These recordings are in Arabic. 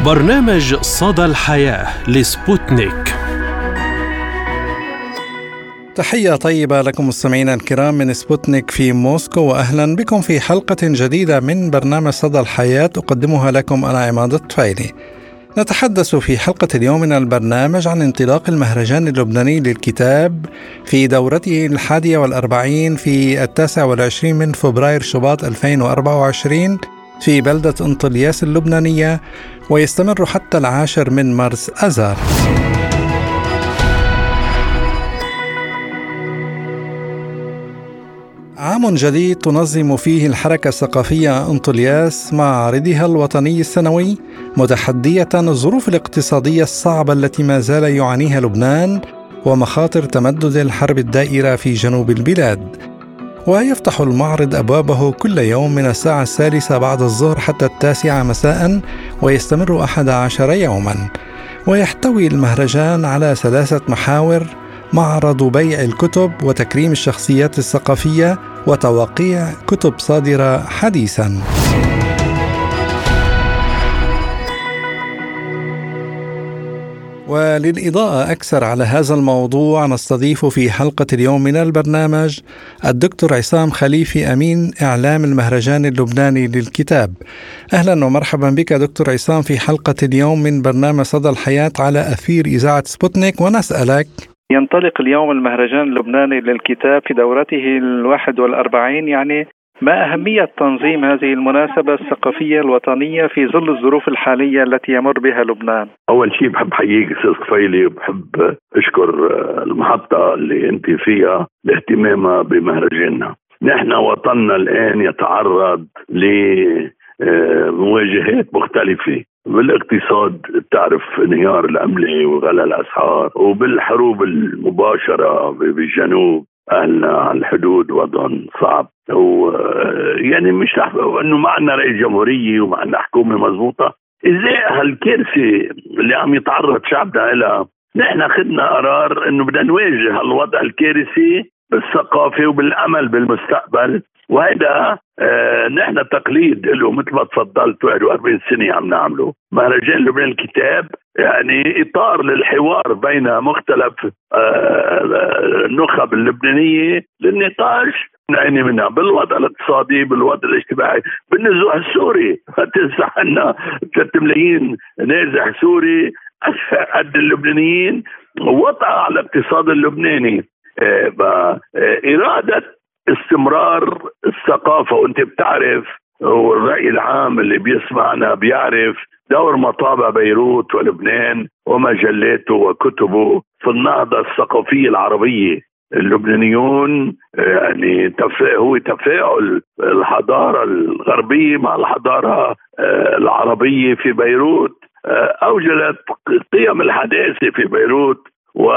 برنامج صدى الحياة لسبوتنيك. تحية طيبة لكم مستمعينا الكرام من سبوتنيك في موسكو، وأهلا بكم في حلقة جديدة من برنامج صدى الحياة أقدمها لكم أنا عماد الطفيلي. نتحدث في حلقة اليوم من البرنامج عن انطلاق المهرجان اللبناني للكتاب في دورته 41 في 29 من فبراير شباط 2024 في بلدة انطلياس اللبنانية، ويستمر حتى 10 من مارس آذار. عام جديد تنظم فيه الحركة الثقافية انطلياس معرضها الوطني السنوي، متحدية الظروف الاقتصادية الصعبة التي ما زال يعانيها لبنان ومخاطر تمدد الحرب الدائرة في جنوب البلاد. ويفتح المعرض أبوابه كل يوم من الساعة 3 بعد الظهر حتى 9 مساء، ويستمر 11 يوما. ويحتوي المهرجان على 3 محاور: معرض بيع الكتب وتكريم الشخصيات الثقافية وتوقيع كتب صادرة حديثا. وللإضاءة أكثر على هذا الموضوع نستضيف في حلقة اليوم من البرنامج الدكتور عصام خليفي، أمين إعلام المهرجان اللبناني للكتاب. أهلا ومرحبا بك دكتور عصام في حلقة اليوم من برنامج صدى الحياة على أثير إذاعة سبوتنيك، ونسألك: ينطلق اليوم المهرجان اللبناني للكتاب في دورته 41، يعني ما أهمية تنظيم هذه المناسبة الثقافية الوطنية في ظل الظروف الحالية التي يمر بها لبنان؟ أول شيء بحب حييك أستاذ طفيلي، وبحب أشكر المحطة اللي أنت فيها لاهتمامها بمهرجاننا. نحن وطننا الآن يتعرض لمواجهات مختلفة بالاقتصاد، تعرف انهيار العملة وغلاء الأسعار، وبالحروب المباشرة بالجنوب، أهلنا على الحدود وضعهم صعب، ويعني مش انه معنا رئيس جمهورية ومعنا حكومة مضبوطة. ازاي هالكارثة اللي عم يتعرض شعبنا لها؟ نحن خدنا قرار انه بدنا نواجه هالوضع الكارثي بالثقافة وبالأمل بالمستقبل، وهذا نحن تقليد له مثل ما تفضلت. 41 سنة عم نعمله مهرجان لبنان الكتاب، يعني إطار للحوار بين مختلف النخب اللبنانية للنقاش نعاني منها بالوضع الاقتصادي، بالوضع الاجتماعي، بالنزوح السوري. ما تنسى عنا 3 ملايين نازح سوري قد اللبنانيين، ووضع على الاقتصاد اللبناني. إرادة استمرار الثقافة، وانت بتعرف والرأي العام اللي بيسمعنا بيعرف دور مطابع بيروت ولبنان ومجلاته وكتبه في النهضة الثقافية العربية. اللبنانيون يعني هو تفاعل الحضارة الغربية مع الحضارة العربية في بيروت، أوجدت قيم الحداثة في بيروت، و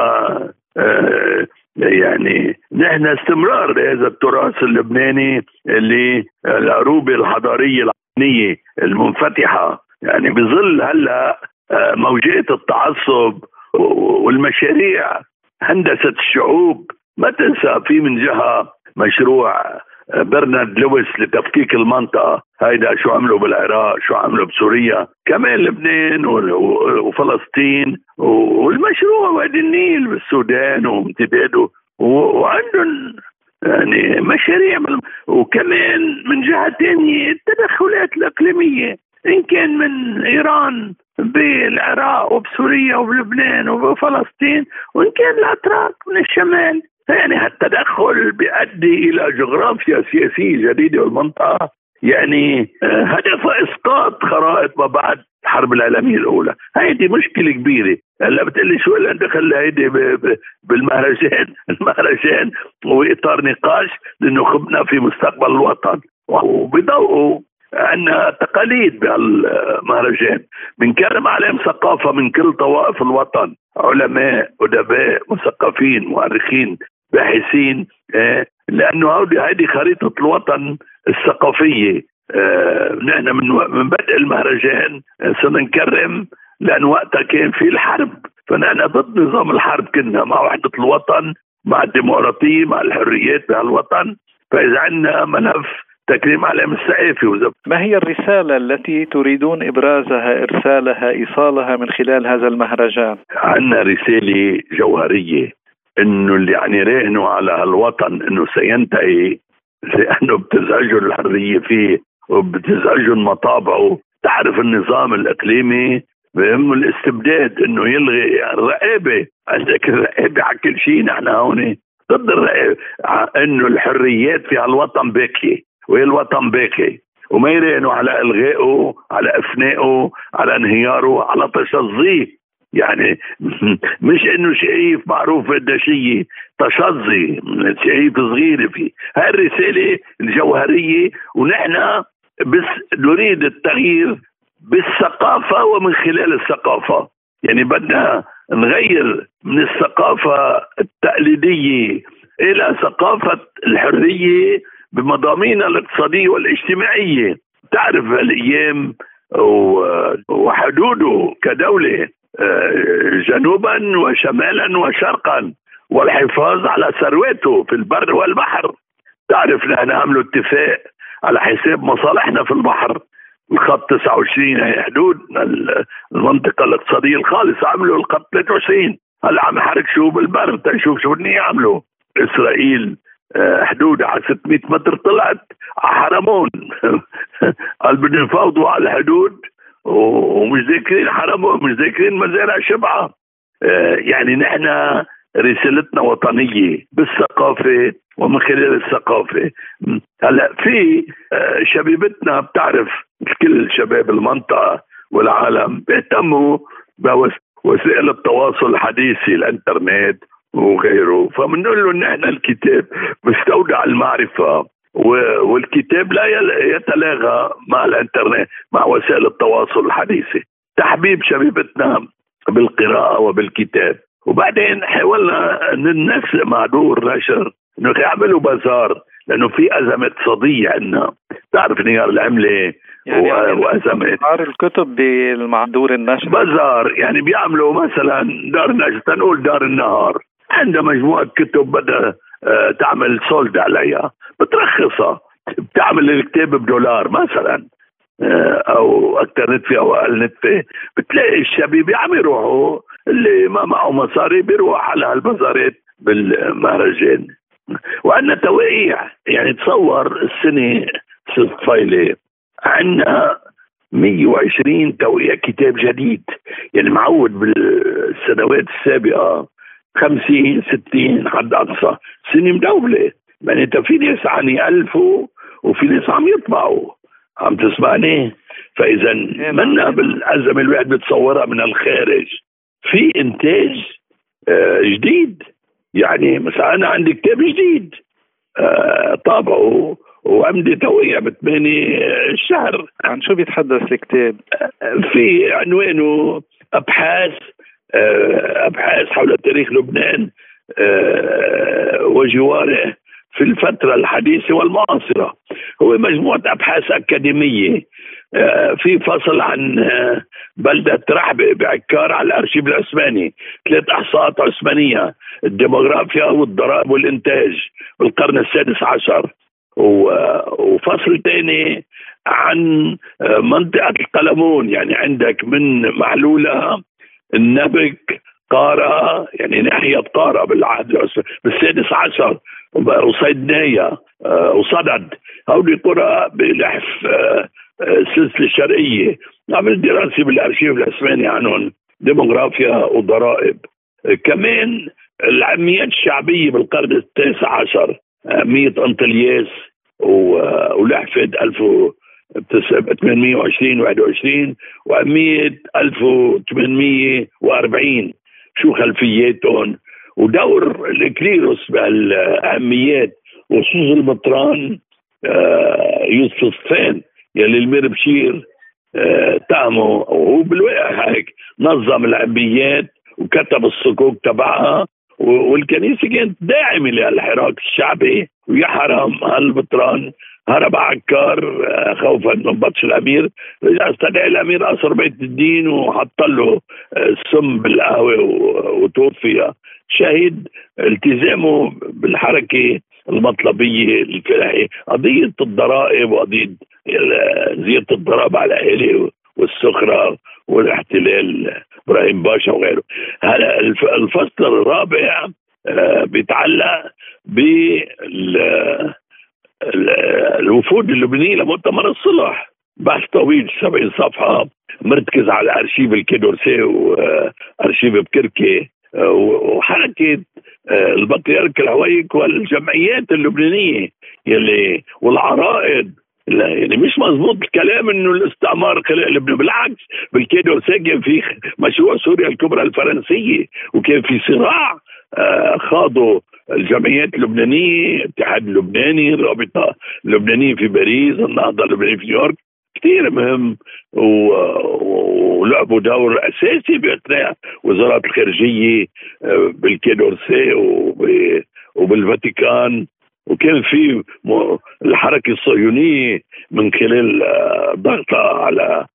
يعني نحن استمرار لهذا التراث اللبناني اللي العروبة الحضارية العالمية المنفتحة، يعني بظل هلا موجات التعصب والمشاريع هندسة الشعوب. ما تنسى في من جهة مشروع برنارد لويس لتفكيك المنطقة، هيدا شو عملوا بالعراق، شو عملوا بسوريا، كمان لبنان وفلسطين، والمشروع وادي النيل بالسودان وامتداده، وعندهم يعني مشاريع. وكمان من جهة تانية التدخلات الإقليمية، إن كان من إيران بالعراق وبسوريا وبلبنان وبفلسطين، وإن كان الأتراك من الشمال. يعني التدخل بيؤدي إلى جغرافيا سياسية جديدة بالمنطقة، يعني هدف إسقاط خرائط ما بعد الحرب العالمية الأولى. هيدي مشكلة كبيرة. هلا بتقلي شو اللي دخل هيدي بالمهرجان؟ المهرجان هو إطار نقاش لنخبنا في مستقبل الوطن، وبضوء عندنا تقاليد بهالمهرجان. بنكرم عليهم ثقافة من كل طوائف الوطن، علماء، أدباء، مثقفين، مؤرخين، باحثين، لأنه هذه خريطة الوطن الثقافية. نحن من بدء المهرجان صرنا نكرم، لأن وقتها كان في الحرب، فنحن ضد نظام الحرب، كنا مع وحدة الوطن، مع الديمقراطية، مع الحريات بهالوطن. فإذا عندنا ملف تكريم علم السقافي. ما هي الرسالة التي تريدون إبرازها، إرسالها، إيصالها من خلال هذا المهرجان؟ عندنا رسالة جوهرية إنه اللي يعني راهنوا على هالوطن إنه سينتهي لأنه بتزعجوا الحرية فيه وبتزعجوا مطابعه. تعرف النظام الإقليمي بهم الاستبداد، إنه يلغي الرقابة. عندك الرقابة على كل شيء. نحن هون ضد الرقابة، إنه الحريات في هالوطن باكية والوطن باكي، وما يرينوا على إلغائه، على إفنائه، على انهياره، على تشظيه. يعني مش إنه شريف معروف الدشية، تشظي شريف صغير فيه. هاي الرسالة الجوهرية. ونحن بس نريد التغيير بالثقافة ومن خلال الثقافة. يعني بدنا نغير من الثقافة التقليدية إلى ثقافة الحرية بمضامينها الاقتصادية والاجتماعية. تعرف الأيام وحدوده كدولة جنوبا وشمالا وشرقا، والحفاظ على ثروته في البر والبحر. تعرف نحن عملوا اتفاق على حساب مصالحنا في البحر، الخط 29 هي حدود المنطقة الاقتصادية الخالصة، عملوا الخط 23. هلا عم يحركوا بالبر تنشوف شو بدهم يعملوا. إسرائيل حدود على 600 متر طلعت على حرمون قال بدهم يفاوضوا على الحدود ومش ذاكرين حرمون، مش ذاكرين مزارع شبعة. يعني نحن رسالتنا وطنية بالثقافة ومن خلال الثقافة. هلا في شبيبتنا، بتعرف كل شباب المنطقة والعالم بيهتموا بوسائل التواصل الحديثي، الانترنت وغيره. فبنقول له نحن الكتاب مستودع المعرفة، والكتاب لا يتلاغى مع الانترنت، مع وسائل التواصل الحديثة. تحبيب شبيبتنا بالقراءة وبالكتاب. وبعدين حاولنا ننسق مع دور نشر انه يعملوا بازار، لانه في ازمه اقتصاديه عندنا. تعرف انهيار العمله يعني وازمه بازار الكتب مع دور النشر. بازار يعني بيعملوا مثلا دار النشر، تنقول دار النهار عندها مجموعه كتب بدها تعمل سولد عليها، بترخصها، بتعمل الكتاب $1 مثلا او اكثر ندفع او اقل ندفع. بتلاقي الشباب عم يروحوا، اللي ما معه مصاري بيروح على هالبازارات بالمهرجان. وعندنا توقيع. يعني تصور السنه فايله عندنا 120 توقيع كتاب جديد. يعني معود بالسنوات السابقه 50 60 حد اقصى. سنه مدوله. يعني انت في ناس عني 1000 وفي ناس عم يطبعوا. عم تسمعني؟ فاذا منا بالازمه الواحد بتصورها من الخارج. في انتاج جديد. يعني مثلا انا عندي كتاب جديد طابعه وعندي توقيع ب8 الشهر. عن شو بيتحدث الكتاب؟ في عنوانه ابحاث حول تاريخ لبنان وجواره في الفترة الحديثة والمعاصرة. هو مجموعة أبحاث أكاديمية. في فصل عن بلدة رحبة بعكار على الأرشيف العثماني، 3 إحصاءات عثمانية، الديموغرافيا والضرائب والإنتاج بالقرن ال16. وفصل ثاني عن منطقة القلمون، يعني عندك من معلولة، النبك، قارة، يعني ناحية قارة بالعهد العثماني بال16، وصيدنايا وصدد. هؤلاء قرى بلحف السلسلة الشرقية. عمل دراسة بالأرشيف العثماني عنهم، ديموغرافيا وضرائب. كمان العاميات الشعبية بالقرن ال19، 100 أنطلياس ولحفة 1820 21 و100 1840. شو خلفياتهم ودور الإكليروس بهالأهميات، وخصوص المطران يوسف الصفان يلي المير بشير تهمه، وهو بالواقع هيك نظم العبيات وكتب الصكوك تبعها. والكنيسة كانت داعمة للحراك الشعبي، ويحرم هالمطران. هرب عكار خوفا من بطش الامير، رجع استدعى الامير قصر بيت الدين وحط له السم بالقهوه وتوفي. شهد التزامه بالحركه المطلبية الفلاحية، قضية الضرائب وقضية زيادة الضرائب على الأهالي والسخرة والاحتلال إبراهيم باشا وغيره. هلا الفصل الرابع بيتعلق بالوفود اللبنانية لمؤتمر الصلح، بحث طويل 70 صفحة مرتكز على أرشيف الكيدورسي وأرشيف بكركي وحركة البطريرك الهويك والجمعيات اللبنانية يلي والعرائض. يعني مش مزبوط الكلام انه الاستعمار خلق لبنان، بالعكس بالكيدورسي كان في مشروع سوريا الكبرى الفرنسية، وكان في صراع خاضوا الجمعيات اللبنانية، الاتحاد اللبناني، الرابطة اللبنانية في باريس، النهضة اللبنانية في نيويورك، كثير مهم ولعبوا دور أساسي بإثناء وزارة الخارجية بالكيدورسي وبالفاتيكان. وكان في الحركة الصهيونية من خلال ضغطها على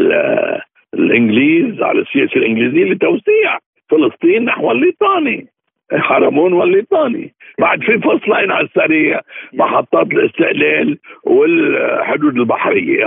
الإنجليز، على السياسة الإنجليزية لتوسيع فلسطين نحو الليطاني، حرمون والليطاني. بعد في فصلين على السريع، محطات الاستقلال والحدود البحرية،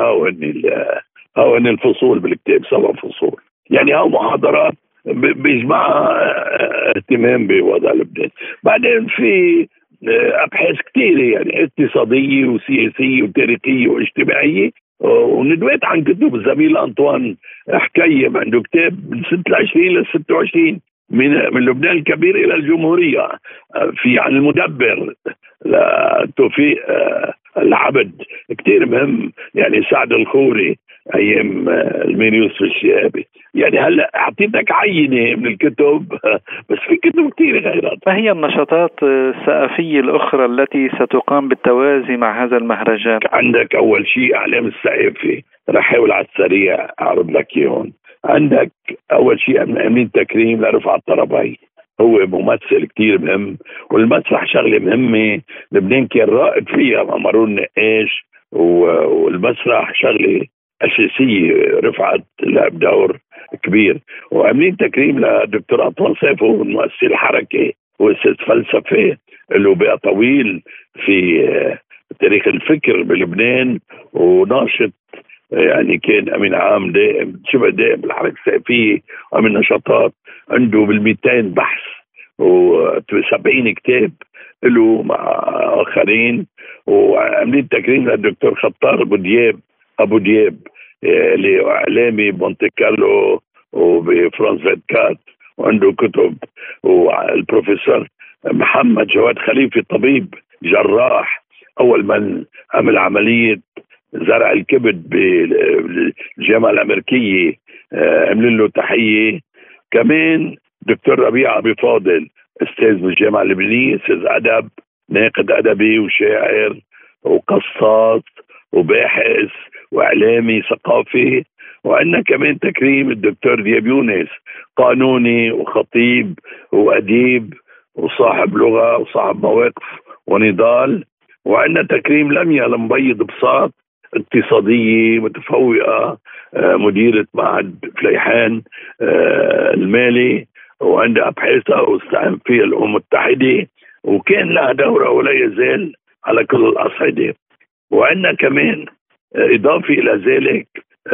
هاو الفصول بالكتاب 7 فصول. يعني هاو محاضرات بيجمعها اهتمام بوضع لبنان. بعدين في أبحاث كثيرة يعني اقتصادية وسياسية وتاريخية واجتماعية، وندوات عن كتب. الزميل أنطوان حكي عنده كتاب من سنة 20 ل 26 من لبنان الكبير إلى الجمهورية، في عن المدبر لتوفيق العبد، كتير مهم. يعني سعد الخوري أيام المير يوسف الشيابي. يعني هلا أعطيتك عينة من الكتب، بس في كتب كتير غيرها. ما هي النشاطات الثقافية الأخرى التي ستقام بالتوازي مع هذا المهرجان؟ عندك أول شيء أعلام السقافة، رح أحاول على السريع أعرض لك إياهم. عندك أول شيء أمين تكريم لرفعت الطرابي، هو ممثل كتير مهم، والمسرح شغلة مهمة لبنان كان رائد فيها مع مارون نقاش، والمسرح شغلة أساسية، رفعت لعب دور كبير. وأمين تكريم لدكتور أنطوان سيف، هو مؤسس الحركة وأستاذ فلسفة له بقى طويل في تاريخ الفكر بلبنان، وناشط يعني كان أمين عام دائم شبه دائم بالحركة السقفية، ومن نشاطات عنده بال200 بحث و70 كتاب له مع آخرين. وعاملين تكريم للدكتور خطار أبو دياب اللي إعلامي بمونتي كارلو وبفرانس 24، وعنده كتب. والبروفيسور محمد جواد خليفي طبيب جراح، أول من عمل عملية زرع الكبد بالجامعة الأمريكية، عملين له تحية. كمان دكتور ربيع أبي فاضل، أستاذ بالجامعة اللبنانية، أستاذ أدب، ناقد أدبي وشاعر وقصاص وباحث وإعلامي ثقافي. وعندنا كمان تكريم الدكتور دياب يونس، قانوني وخطيب وأديب وصاحب لغة وصاحب مواقف ونضال. وعندنا تكريم لميا المبيض بساط، اقتصادية متفوقة، مديرة معهد فليحان المالي، وعندها أبحاثها واستعان فيها الأمم المتحدة، وكان لها دورة ولا يزال على كل الأصعدة. وعندنا كمان إضافة إلى ذلك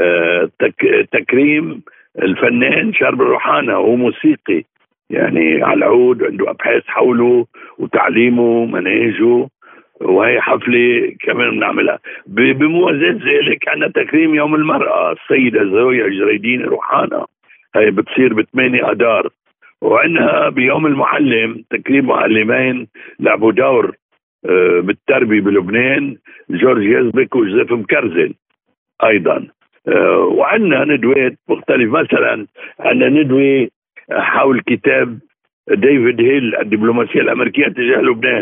تكريم الفنان شرب الروحانة، هو موسيقي يعني على العود، عنده أبحاث حوله وتعليمه ومناهجه، وهي حفلة كمان بنعملها. بموازاة ذلك عندنا تكريم يوم المرأة، السيدة زويا جريدين روحانة، هي بتصير ب8 أدار. وعندنا بيوم المعلم تكريم معلمين لعبوا دور بالتربية بلبنان، جورج يزبك وجوزيف مكرزل أيضا. وعندنا ندوات مختلفة، مثلا عندنا ندوة حول كتاب ديفيد هيل الدبلوماسية الأمريكية تجاه لبنان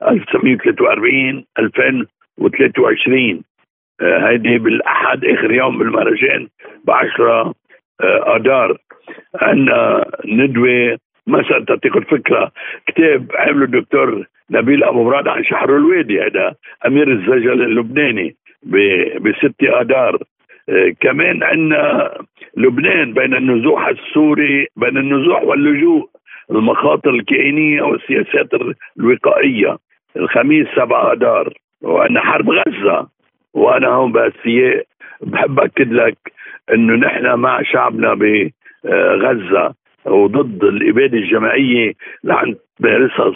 1943-2023. هذه بالأحد آخر يوم بالمهرجان ب10 آذار. عندنا ندوة مثلا تعطيك الفكرة، كتاب عمله الدكتور نبيل أبو مراد عن شحر الوادي، هذا أمير الزجل اللبناني ب6 آذار. كمان عندنا لبنان بين النزوح السوري، بين النزوح واللجوء، المخاطر الكائنية والسياسات الوقائية. الخميس 7 آذار وأن حرب غزة. وأنا هون بأسياء بحب أكد لك أنه نحن مع شعبنا بغزة وضد الإبادة الجماعية لعن برصص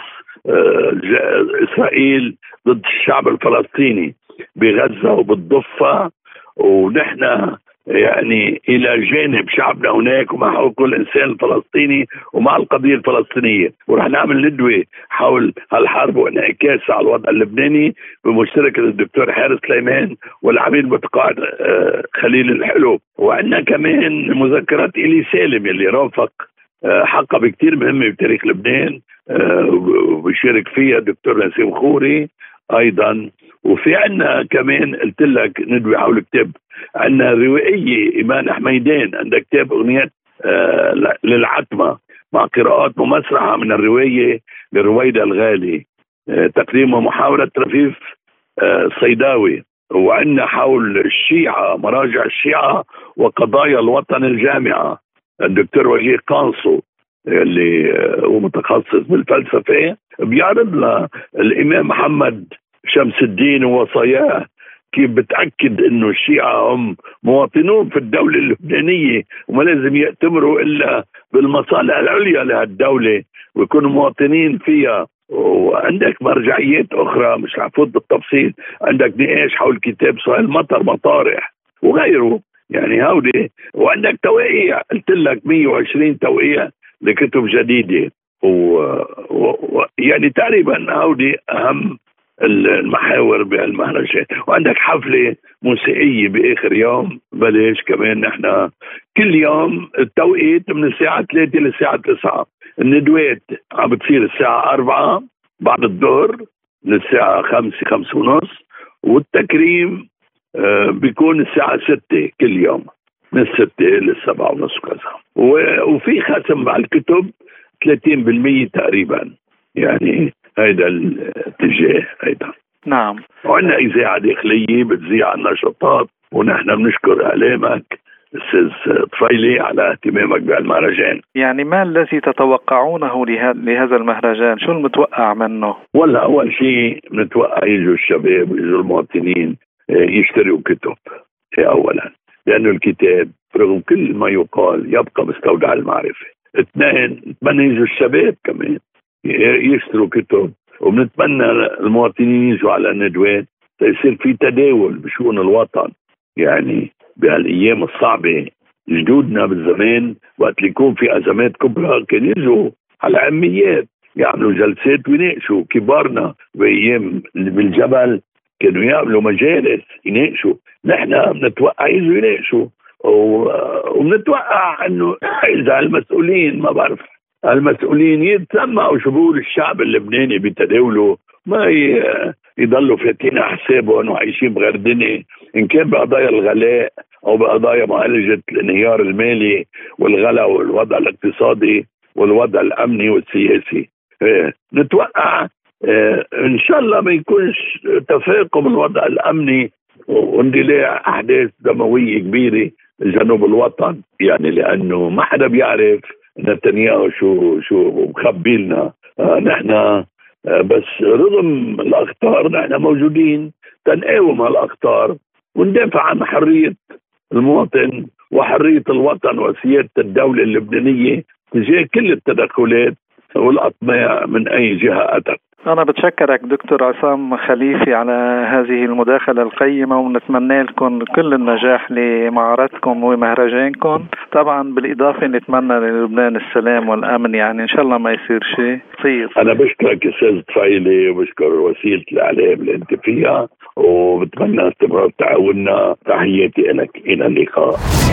إسرائيل ضد الشعب الفلسطيني بغزة وبالضفة. ونحن يعني إلى جانب شعبنا هناك ومع حقوق الإنسان الفلسطيني ومع القضية الفلسطينية، ورح نعمل ندوة حول هالحرب وانعكاسها على الوضع اللبناني بمشتركة الدكتور حارس سليمان والعميد المتقاعد خليل الحلو. وعندنا كمان مذكرات إلي سالم اللي رافق حقب كتير مهمة بتاريخ لبنان وبيشارك فيها الدكتور نسيم خوري أيضا. وفي عنا كمان قلت لك ندوي حول كتاب، عنا روائية إيمان حميدان عندها كتاب أغنيات للعتمة مع قراءات ممسرحة من الرواية لرويدة الغالي، تقديم ومحاورة رفيف صيداوي. وعنا حول الشيعة مراجع الشيعة وقضايا الوطن الجامعة الدكتور وجيه قانصو اللي هو متخصص بالفلسفة، بيعرض الإمام محمد شمس الدين ووصاياه كيف بتأكد إنه الشيعة هم مواطنون في الدولة اللبنانية وما لازم يأتمروا إلا بالمصالح العليا لهالدولة ويكونوا مواطنين فيها. وعندك مرجعيات أخرى مش رح فوت بالتفصيل، عندك نقاش حول كتاب سؤال مطر مطارح وغيره يعني هودي. وعندك توقيع قلت لك 120 توقيع لكتب جديدة يعني تقريبا هودي أهم المحاور بهالمهرجان. وعندك حفلة موسيقية بآخر يوم بلاش كمان. نحن كل يوم التوقيت من الساعة 3 للساعة 9. الندوات عم بتصير الساعة 4 بعد الظهر للساعة 5:30، والتكريم بيكون الساعة 6 كل يوم من 6 ل7:30 كذا. وفي خصم على الكتب 30% تقريبا، يعني هيدا الاتجاه ايضا. نعم. وعندنا اذاعه داخليه بتذيع النشاطات، ونحن بنشكر اعلامك استاذ طفيلي على اهتمامك بهالمهرجان. يعني ما الذي تتوقعونه لهذا المهرجان؟ شو المتوقع منه؟ والله اول شيء بنتوقع يجوا الشباب ويجوا المواطنين يشتروا كتب اولا، لانه الكتاب رغم كل ما يقال يبقى مستودع المعرفه. 2 نتمنى يجوا الشباب كمان يشتروا كتب، وبنتمنى المواطنين يجوا على الندوات يصير في تداول بشؤون الوطن. يعني بهالايام الصعبه جدودنا بالزمان وقت اللي يكون في ازمات كبرى كان يجوا على عميات يعملوا جلسات ويناقشوا. كبارنا بايام بالجبل كانوا يعملوا مجالس يناقشوا. نحن بنتوقع يجوا يناقشوا، وبنتوقع انه اذا المسؤولين ما بعرف المسؤولين يتسمعوا شو بيقول الشعب اللبناني بتداوله، ما يضلوا فاتين حسابهم وعايشين بغير دنيا، ان كان بقضايا الغلاء او بقضايا معالجه الانهيار المالي والغلا والوضع الاقتصادي والوضع الامني والسياسي. نتوقع ان شاء الله ما يكونش تفاقم الوضع الامني واندلاع احداث دمويه كبيره جنوب الوطن، يعني لانه ما حدا بيعرف نتنياهو شو مخبي لنا. نحن بس رغم الاخطار نحن موجودين تنقاوم هالاخطار وندافع عن حريه المواطن وحريه الوطن وسياده الدوله اللبنانيه تجاه كل التدخلات والاطماع من اي جهه اتت. أنا بتشكرك دكتور عصام خليفي على هذه المداخلة القيمة، ونتمنى لكم كل النجاح لمعرضكم ومهرجانكم. طبعا بالإضافة نتمنى للبنان السلام والأمن، يعني إن شاء الله ما يصير شيء صير. أنا بشكرك أستاذ طفيلي وبشكر وسيلة الإعلام اللي أنت فيها، وبتمنى استمرار تعاوننا. تحياتي لك، إلى اللقاء.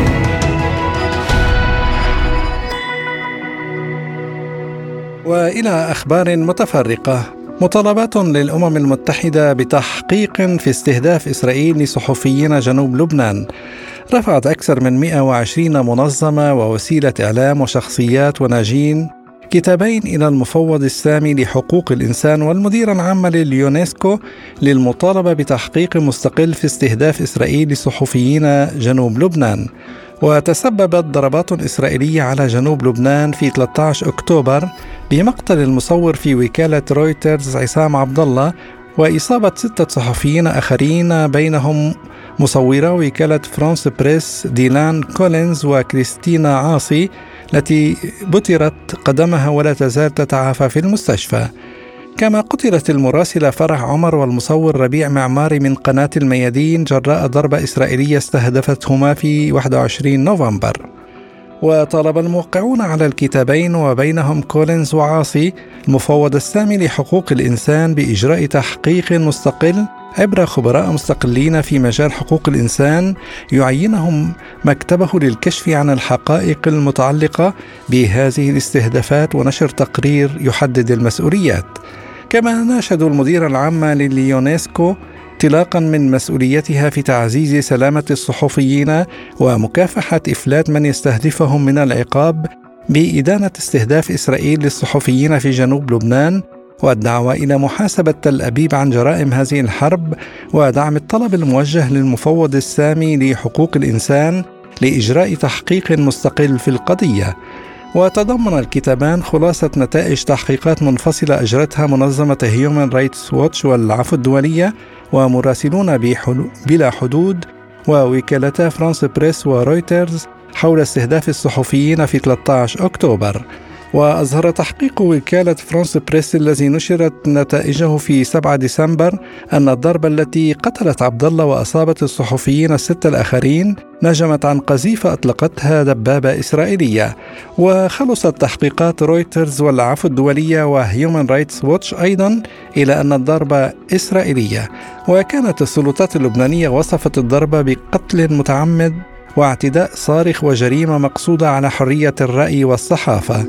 وإلى أخبار متفرقة. مطالبات للأمم المتحدة بتحقيق في استهداف إسرائيل لصحفيين جنوب لبنان. رفعت أكثر من 120 منظمة ووسيلة إعلام وشخصيات وناجين كتابين إلى المفوض السامي لحقوق الإنسان والمدير العام لليونسكو للمطالبة بتحقيق مستقل في استهداف إسرائيل لصحفيين جنوب لبنان. وتسببت ضربات إسرائيلية على جنوب لبنان في 13 أكتوبر بمقتل المصور في وكالة رويترز عصام عبد الله وإصابة 6 صحفيين آخرين بينهم مصورة وكالة فرانس بريس ديلان كولينز وكريستينا عاصي التي بترت قدمها ولا تزال تتعافى في المستشفى. كما قتلت المراسلة فرح عمر والمصور ربيع معماري من قناة الميادين جراء ضربة إسرائيلية استهدفتهما في 21 نوفمبر. وطالب الموقعون على الكتابين وبينهم كولينز وعاصي المفوض السامي لحقوق الإنسان بإجراء تحقيق مستقل عبر خبراء مستقلين في مجال حقوق الإنسان يعينهم مكتبه للكشف عن الحقائق المتعلقة بهذه الاستهدافات ونشر تقرير يحدد المسؤوليات. كما ناشدوا المدير العام لليونسكو انطلاقا من مسؤوليتها في تعزيز سلامة الصحفيين ومكافحة إفلات من يستهدفهم من العقاب بإدانة استهداف إسرائيل للصحفيين في جنوب لبنان، والدعوة إلى محاسبة تل أبيب عن جرائم هذه الحرب، ودعم الطلب الموجه للمفوض السامي لحقوق الإنسان لإجراء تحقيق مستقل في القضية. وتضمن الكتابان خلاصة نتائج تحقيقات منفصلة أجرتها منظمة هيومن رايتس ووتش والعفو الدولية ومراسلون بلا حدود ووكالتا فرانس بريس ورويترز حول استهداف الصحفيين في 13 أكتوبر. وأظهر تحقيق وكالة فرانس بريس الذي نشرت نتائجه في 7 ديسمبر أن الضربة التي قتلت عبد الله وأصابت الصحفيين ال6 الآخرين نجمت عن قذيفة أطلقتها دبابة إسرائيلية. وخلصت تحقيقات رويترز والعفو الدولية وهيومن رايتس ووتش أيضا إلى أن الضربة إسرائيلية، وكانت السلطات اللبنانية وصفت الضربة بقتل متعمد واعتداء صارخ وجريمة مقصودة على حرية الرأي والصحافة.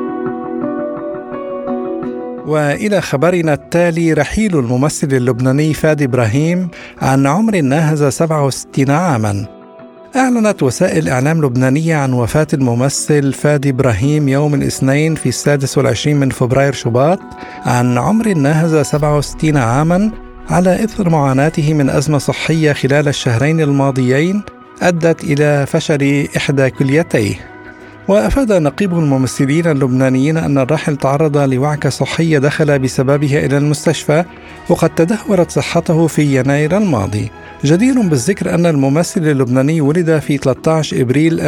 وإلى خبرنا التالي، رحيل الممثل اللبناني فادي إبراهيم عن عمر ناهز 67 عاما. أعلنت وسائل إعلام لبنانية عن وفاة الممثل فادي إبراهيم يوم الاثنين في 26 من فبراير شباط عن عمر ناهز 67 عاما على إثر معاناته من أزمة صحية خلال الشهرين الماضيين أدت إلى فشل إحدى كليتيه. وأفاد نقيب الممثلين اللبنانيين أن الراحل تعرض لوعكة صحية دخل بسببها إلى المستشفى، وقد تدهورت صحته في يناير الماضي. جدير بالذكر أن الممثل اللبناني ولد في 13 إبريل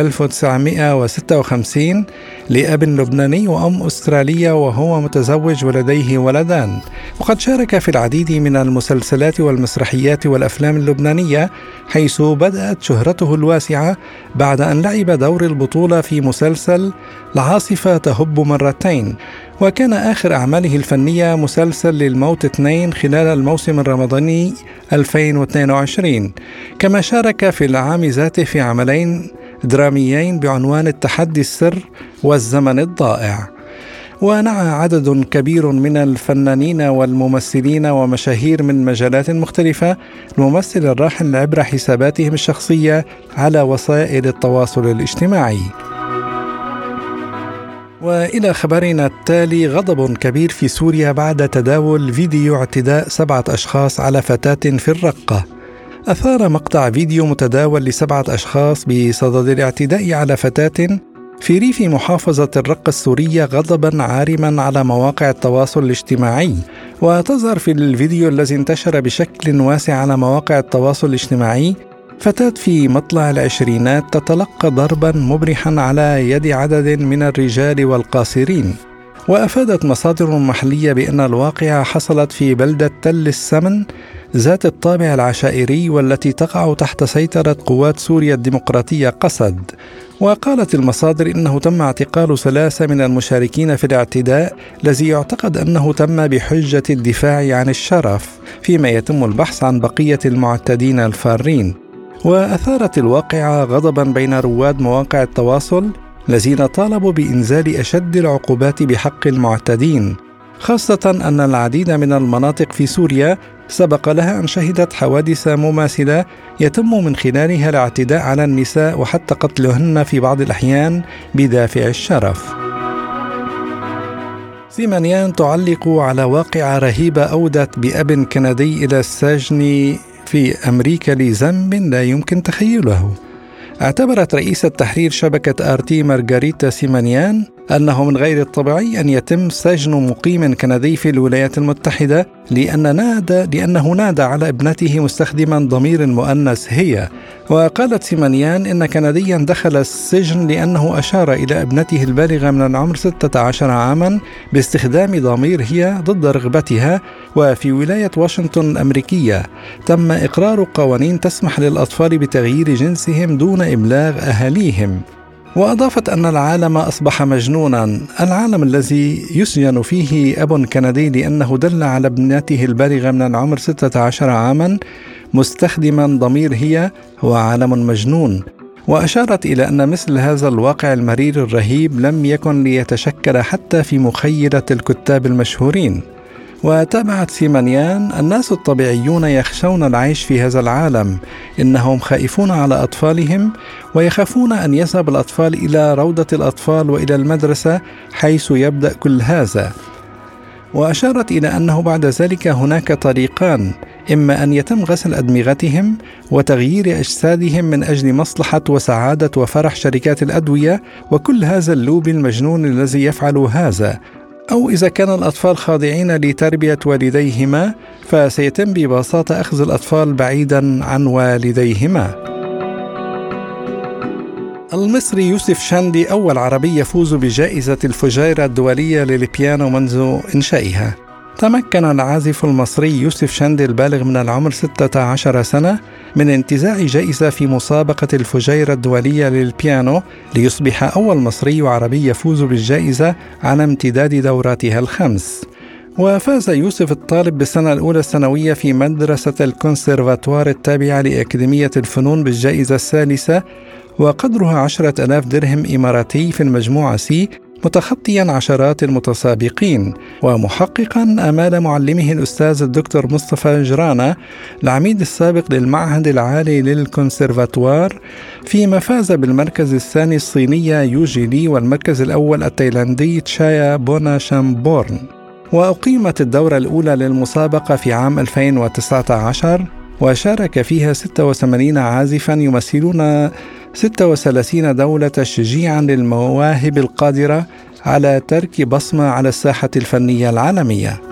1956 لأب لبناني وأم أسترالية، وهو متزوج ولديه ولدان. وقد شارك في العديد من المسلسلات والمسرحيات والأفلام اللبنانية، حيث بدأت شهرته الواسعة بعد أن لعب دور البطولة في مسلسل العاصفة تهب مرتين. وكان آخر أعماله الفنية مسلسل للموت 2 خلال الموسم الرمضاني 2022. كما شارك في العام ذاته في عملين دراميين بعنوان التحدي السر والزمن الضائع. ونعى عدد كبير من الفنانين والممثلين ومشاهير من مجالات مختلفة الممثل الراحل عبر حساباتهم الشخصية على وسائل التواصل الاجتماعي. وإلى خبرنا التالي، غضب كبير في سوريا بعد تداول فيديو اعتداء 7 أشخاص على فتاة في الرقة. أثار مقطع فيديو متداول ل7 أشخاص بصدد الاعتداء على فتاة في ريف محافظة الرقة السورية غضبا عارما على مواقع التواصل الاجتماعي. وتظهر في الفيديو الذي انتشر بشكل واسع على مواقع التواصل الاجتماعي فتاة في مطلع العشرينات تتلقى ضربا مبرحا على يد عدد من الرجال والقاصرين. وأفادت مصادر محلية بأن الواقعة حصلت في بلدة تل السمن ذات الطابع العشائري والتي تقع تحت سيطرة قوات سوريا الديمقراطية قسد. وقالت المصادر إنه تم اعتقال 3 من المشاركين في الاعتداء الذي يعتقد أنه تم بحجة الدفاع عن الشرف، فيما يتم البحث عن بقية المعتدين الفارين. وأثارت الواقعة غضبا بين رواد مواقع التواصل الذين طالبوا بإنزال أشد العقوبات بحق المعتدين، خاصة أن العديد من المناطق في سوريا سبق لها أن شهدت حوادث مماثلة يتم من خلالها الاعتداء على النساء وحتى قتلهن في بعض الأحيان بدافع الشرف. سيمانيان تعلق على واقعة رهيبة أودت بأب كندي إلى السجن في أمريكا لذنب لا يمكن تخيله. اعتبرت رئيسة تحرير شبكة RT مارغاريتا سيمانيان أنه من غير الطبيعي أن يتم سجن مقيم كندي في الولايات المتحدة لأنه نادى على ابنته مستخدما ضمير المؤنث هي. وقالت سيمانيان إن كنديا دخل السجن لأنه أشار إلى ابنته البالغة من العمر 16 عاما باستخدام ضمير هي ضد رغبتها. وفي ولاية واشنطن الأمريكية تم إقرار قوانين تسمح للأطفال بتغيير جنسهم دون إبلاغ أهاليهم. وأضافت أن العالم أصبح مجنونا، العالم الذي يسجن فيه أب كندي لأنه دل على ابنته البالغة من العمر 16 عاما مستخدما ضمير هي هو عالم مجنون. وأشارت إلى أن مثل هذا الواقع المرير الرهيب لم يكن ليتشكل حتى في مخيلة الكتاب المشهورين. وتابعت سيمانيان: الناس الطبيعيون يخشون العيش في هذا العالم، إنهم خائفون على أطفالهم ويخافون أن يذهب الأطفال إلى روضة الأطفال وإلى المدرسة حيث يبدأ كل هذا. وأشارت إلى أنه بعد ذلك هناك طريقان: إما أن يتم غسل أدمغتهم وتغيير أجسادهم من أجل مصلحة وسعادة وفرح شركات الأدوية وكل هذا اللوب المجنون الذي يفعل هذا، أو إذا كان الأطفال خاضعين لتربية والديهما فسيتم ببساطة أخذ الأطفال بعيدا عن والديهما. المصري يوسف شندي أول عربي يفوز بجائزة الفجيرة الدولية للبيانو منذ إنشائها. تمكن العازف المصري يوسف شندي البالغ من العمر 16 سنة من انتزاع جائزة في مسابقة الفجيرة الدولية للبيانو ليصبح أول مصري وعربي يفوز بالجائزة على امتداد دوراتها الخمس. وفاز يوسف الطالب بالسنة الأولى الثانوية في مدرسة الكونسيرفاتوار التابعة لأكاديمية الفنون بالجائزة الثالثة وقدرها 10,000 درهم إماراتي في المجموعة سي، متخطيا عشرات المتسابقين ومحققا آمال معلمه الأستاذ الدكتور مصطفى جرانة العميد السابق للمعهد العالي للكونسيرفاتوار، فيما فاز بالمركز الثاني الصينية يوجي لي والمركز الأول التايلاندي تشايا بونا شامبورن. وأقيمت الدورة الأولى للمسابقة في عام 2019 وشارك فيها 86 عازفا يمثلون 36 دولة تشجيعا للمواهب القادرة على ترك بصمة على الساحة الفنية العالمية.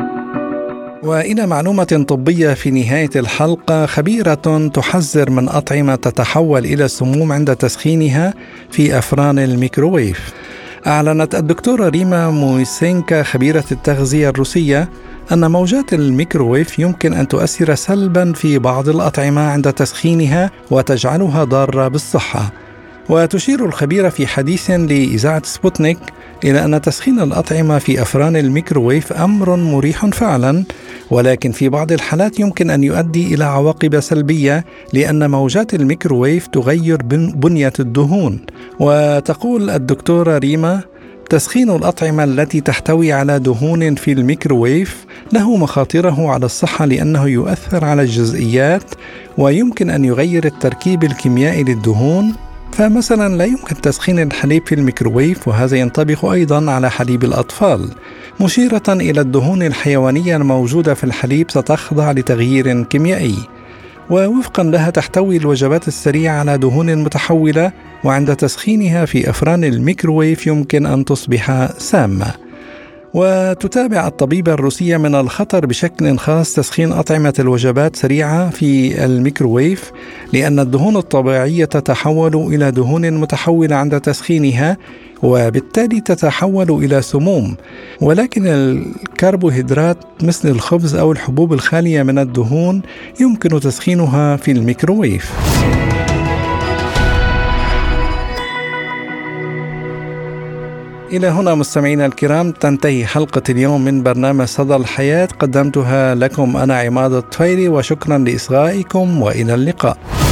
وإلى معلومة طبية في نهاية الحلقة: خبيرة تحذر من أطعمة تتحول إلى سموم عند تسخينها في أفران الميكروويف. أعلنت الدكتورة ريما مويسينكا خبيرة التغذية الروسية أن موجات الميكروويف يمكن أن تؤثر سلبا في بعض الأطعمة عند تسخينها وتجعلها ضارة بالصحة. وتشير الخبيرة في حديث لإذاعة سبوتنيك إلى أن تسخين الأطعمة في أفران الميكروويف أمر مريح فعلا، ولكن في بعض الحالات يمكن أن يؤدي إلى عواقب سلبية لأن موجات الميكروويف تغير بنية الدهون. وتقول الدكتورة ريما: تسخين الأطعمة التي تحتوي على دهون في الميكروويف له مخاطره على الصحة لأنه يؤثر على الجزيئات ويمكن أن يغير التركيب الكيميائي للدهون. فمثلا لا يمكن تسخين الحليب في الميكروويف، وهذا ينطبق أيضا على حليب الأطفال، مشيرة إلى الدهون الحيوانية الموجودة في الحليب ستخضع لتغيير كيميائي. ووفقا لها تحتوي الوجبات السريعة على دهون متحولة، وعند تسخينها في أفران الميكروويف يمكن أن تصبح سامة. وتتابع الطبيبة الروسية من الخطر بشكل خاص تسخين أطعمة الوجبات سريعة في الميكروويف، لأن الدهون الطبيعية تتحول إلى دهون متحولة عند تسخينها وبالتالي تتحول إلى سموم. ولكن الكربوهيدرات مثل الخبز أو الحبوب الخالية من الدهون يمكن تسخينها في الميكروويف. إلى هنا مستمعينا الكرام تنتهي حلقة اليوم من برنامج صدى الحياة، قدمتها لكم أنا عماد الطفيلي، وشكرا لإصغائكم وإلى اللقاء.